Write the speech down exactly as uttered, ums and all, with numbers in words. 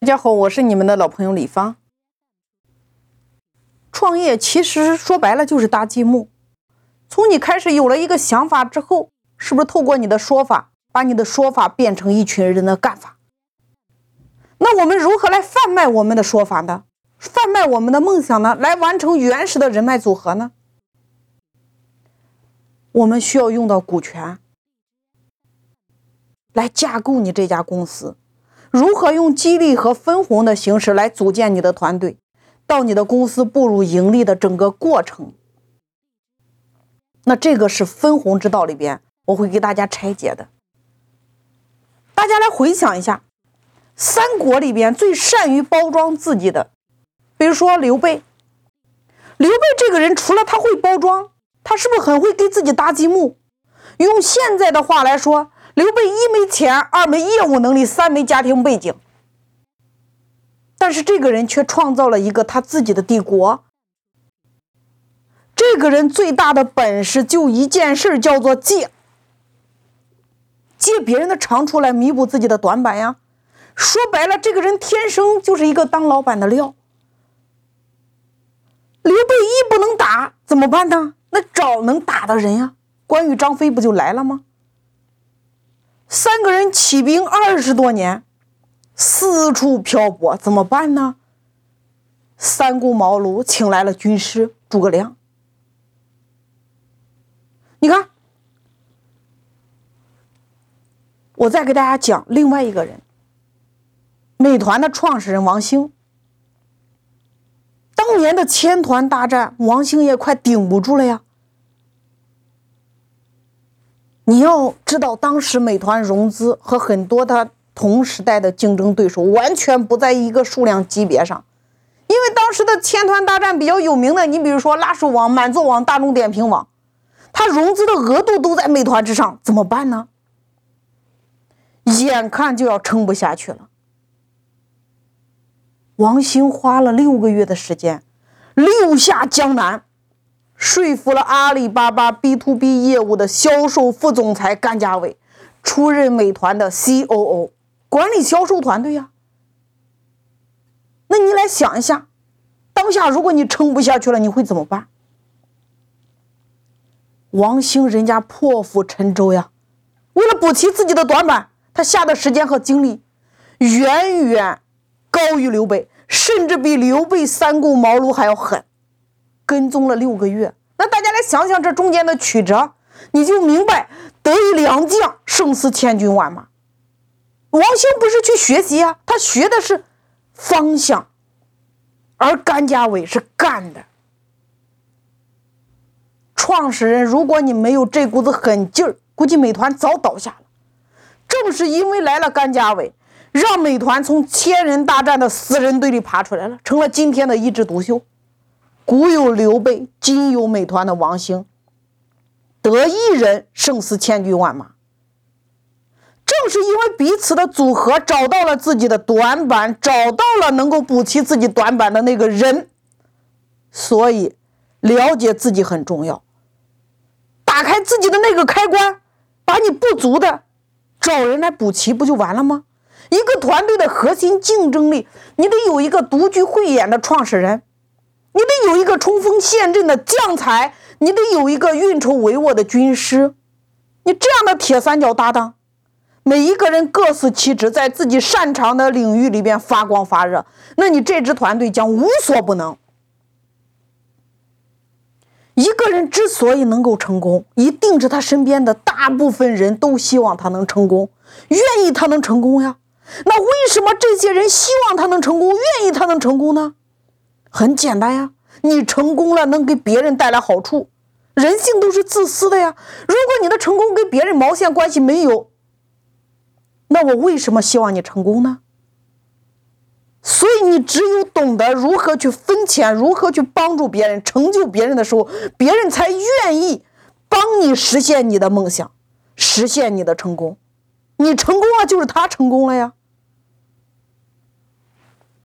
大家好，我是你们的老朋友李芳。创业其实说白了就是搭积木。从你开始有了一个想法之后，是不是透过你的说法，把你的说法变成一群人的干法？那我们如何来贩卖我们的说法呢？贩卖我们的梦想呢？来完成原始的人脉组合呢？我们需要用到股权，来架构你这家公司。如何用激励和分红的形式来组建你的团队，到你的公司步入盈利的整个过程。那这个是分红之道里边，我会给大家拆解的。大家来回想一下，三国里边最善于包装自己的，比如说刘备。刘备这个人除了他会包装，他是不是很会给自己搭积木？用现在的话来说，刘备一没钱，二没业务能力，三没家庭背景，但是这个人却创造了一个他自己的帝国。这个人最大的本事就一件事，叫做借借别人的长处来弥补自己的短板呀。说白了，这个人天生就是一个当老板的料。刘备一不能打怎么办呢？那找能打的人呀，关羽张飞不就来了吗？三个人起兵二十多年，四处漂泊，怎么办呢？三顾茅庐，请来了军师诸葛亮。你看，我再给大家讲另外一个人，美团的创始人王兴。当年的千团大战，王兴也快顶不住了呀。你要知道，当时美团融资和很多他同时代的竞争对手完全不在一个数量级别上。因为当时的千团大战比较有名的，你比如说拉手网、满座网、大众点评网，它融资的额度都在美团之上，怎么办呢？眼看就要撑不下去了。王兴花了六个月的时间，六下江南，说服了阿里巴巴 B to B 业务的销售副总裁甘家伟，出任美团的 C O O， 管理销售团队呀。那你来想一下，当下如果你撑不下去了，你会怎么办？王兴人家破釜沉舟呀，为了补齐自己的短板，他下的时间和精力远远高于刘备，甚至比刘备三顾茅庐还要狠，跟踪了六个月。那大家来想想这中间的曲折，你就明白得意良将胜似千军万马。王兴不是去学习啊，他学的是方向，而甘家伟是干的。创始人，如果你没有这股子狠劲儿，估计美团早倒下了。正是因为来了甘家伟，让美团从千人大战的死人堆里爬出来了，成了今天的一枝独秀。古有刘备，今有美团的王兴，得一人胜似千军万马。正是因为彼此的组合，找到了自己的短板，找到了能够补齐自己短板的那个人，所以了解自己很重要。打开自己的那个开关，把你不足的找人来补齐，不就完了吗？一个团队的核心竞争力，你得有一个独具慧眼的创始人，你得有一个冲锋陷阵的将才，你得有一个运筹帷幄的军师。你这样的铁三角搭档，每一个人各司其职，在自己擅长的领域里边发光发热，那你这支团队将无所不能。一个人之所以能够成功，一定是他身边的大部分人都希望他能成功，愿意他能成功呀。那为什么这些人希望他能成功，愿意他能成功呢？很简单呀，你成功了能给别人带来好处，人性都是自私的呀。如果你的成功跟别人毛线关系没有，那我为什么希望你成功呢？所以你只有懂得如何去分钱，如何去帮助别人，成就别人的时候，别人才愿意帮你实现你的梦想，实现你的成功。你成功了，就是他成功了呀。